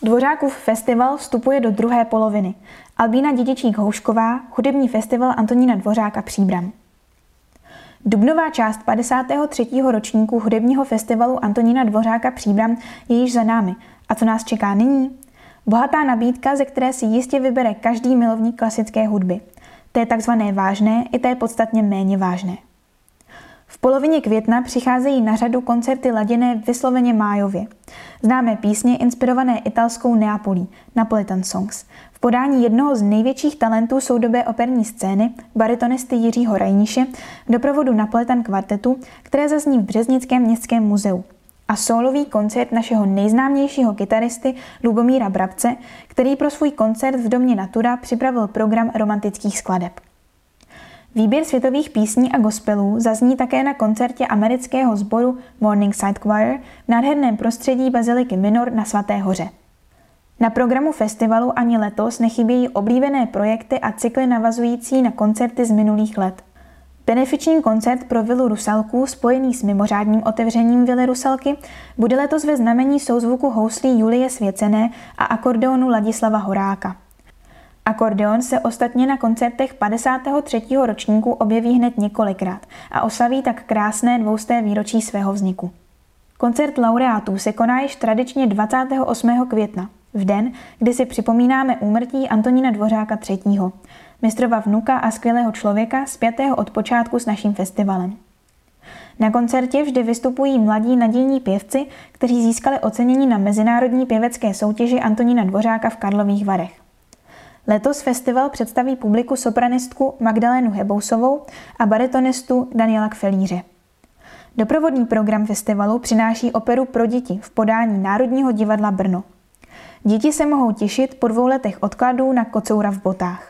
Dvořákův festival vstupuje do druhé poloviny. Albína Dědičík-Houšková, hudební festival Antonína Dvořáka Příbram. Dubnová část 53. ročníku hudebního festivalu Antonína Dvořáka Příbram je již za námi. A co nás čeká nyní? Bohatá nabídka, ze které si jistě vybere každý milovník klasické hudby. To je takzvané vážné, i to je podstatně méně vážné. V polovině května přicházejí na řadu koncerty laděné vysloveně májově. Známé písně inspirované italskou Neapolí, Napolitan Songs, v podání jednoho z největších talentů soudobé operní scény, baritonisty Jiřího Rajníše, v doprovodu Napolitan kvartetu, které zazní v Březnickém městském muzeu. A sólový koncert našeho nejznámějšího kytaristy Lubomíra Brabce, který pro svůj koncert v Domě Natura připravil program romantických skladeb. Výběr světových písní a gospelů zazní také na koncertě amerického sboru Morningside Choir v nádherném prostředí baziliky Minor na Svaté hoře. Na programu festivalu ani letos nechybějí oblíbené projekty a cykly navazující na koncerty z minulých let. Benefiční koncert pro vilu Rusalků, spojený s mimořádným otevřením vily Rusalky, bude letos ve znamení souzvuku houslí Julie Svěcené a akordeonu Ladislava Horáka. Akordeon se ostatně na koncertech 53. ročníku objeví hned několikrát a oslaví tak krásné 200. výročí svého vzniku. Koncert laureátů se koná již tradičně 28. května, v den, kdy si připomínáme úmrtí Antonína Dvořáka III., mistrova vnuka a skvělého člověka spjatého od počátku s naším festivalem. Na koncertě vždy vystupují mladí nadějní pěvci, kteří získali ocenění na mezinárodní pěvecké soutěži Antonína Dvořáka v Karlových Varech. Letos festival představí publiku sopranistku Magdalénu Hebousovou a baritonistu Daniela Kfelíře. Doprovodný program festivalu přináší operu pro děti v podání Národního divadla Brno. Děti se mohou těšit po 2 letech odkladů na Kocoura v botách.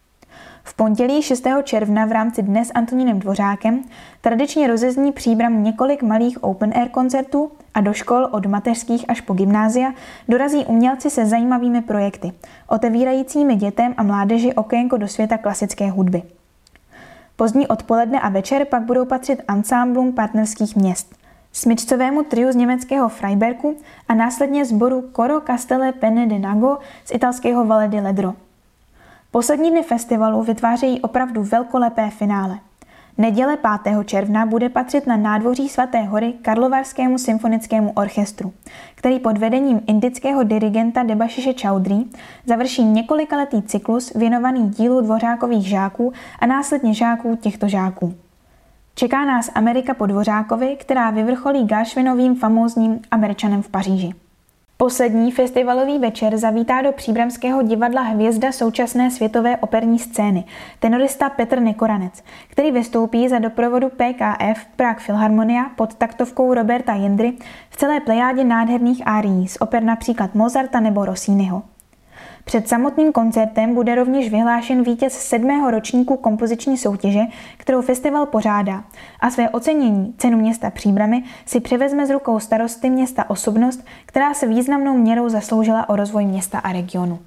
V pondělí 6. června v rámci Dne s Antonínem Dvořákem tradičně rozezní Příbram několik malých open air koncertů a do škol od mateřských až po gymnázia dorazí umělci se zajímavými projekty, otevírajícími dětem a mládeži okénko do světa klasické hudby. Pozdní odpoledne a večer pak budou patřit ansámblům partnerských měst, smyčcovému triu z německého Freibergu a následně sboru Coro Castello Penne de Nago z italského Valle di Ledro. Poslední dny festivalu vytvářejí opravdu velkolepé finále. Neděle 5. června bude patřit na nádvoří Svaté hory Karlovarskému symfonickému orchestru, který pod vedením indického dirigenta Debashiše Chaudhry završí několikaletý cyklus věnovaný dílu Dvořákových žáků a následně žáků těchto žáků. Čeká nás Amerika po Dvořákovi, která vyvrcholí Gershwinovým famózním Američanem v Paříži. Poslední festivalový večer zavítá do příbramského divadla hvězda současné světové operní scény, tenorista Petr Nekoranec, který vystoupí za doprovodu PKF Prague Philharmonia pod taktovkou Roberta Jendry v celé plejádě nádherných árií z oper například Mozarta nebo Rossiniho. Před samotným koncertem bude rovněž vyhlášen vítěz 7. ročníku kompoziční soutěže, kterou festival pořádá, a své ocenění, cenu města Příbramy, si převezme z rukou starosty města osobnost, která se významnou měrou zasloužila o rozvoj města a regionu.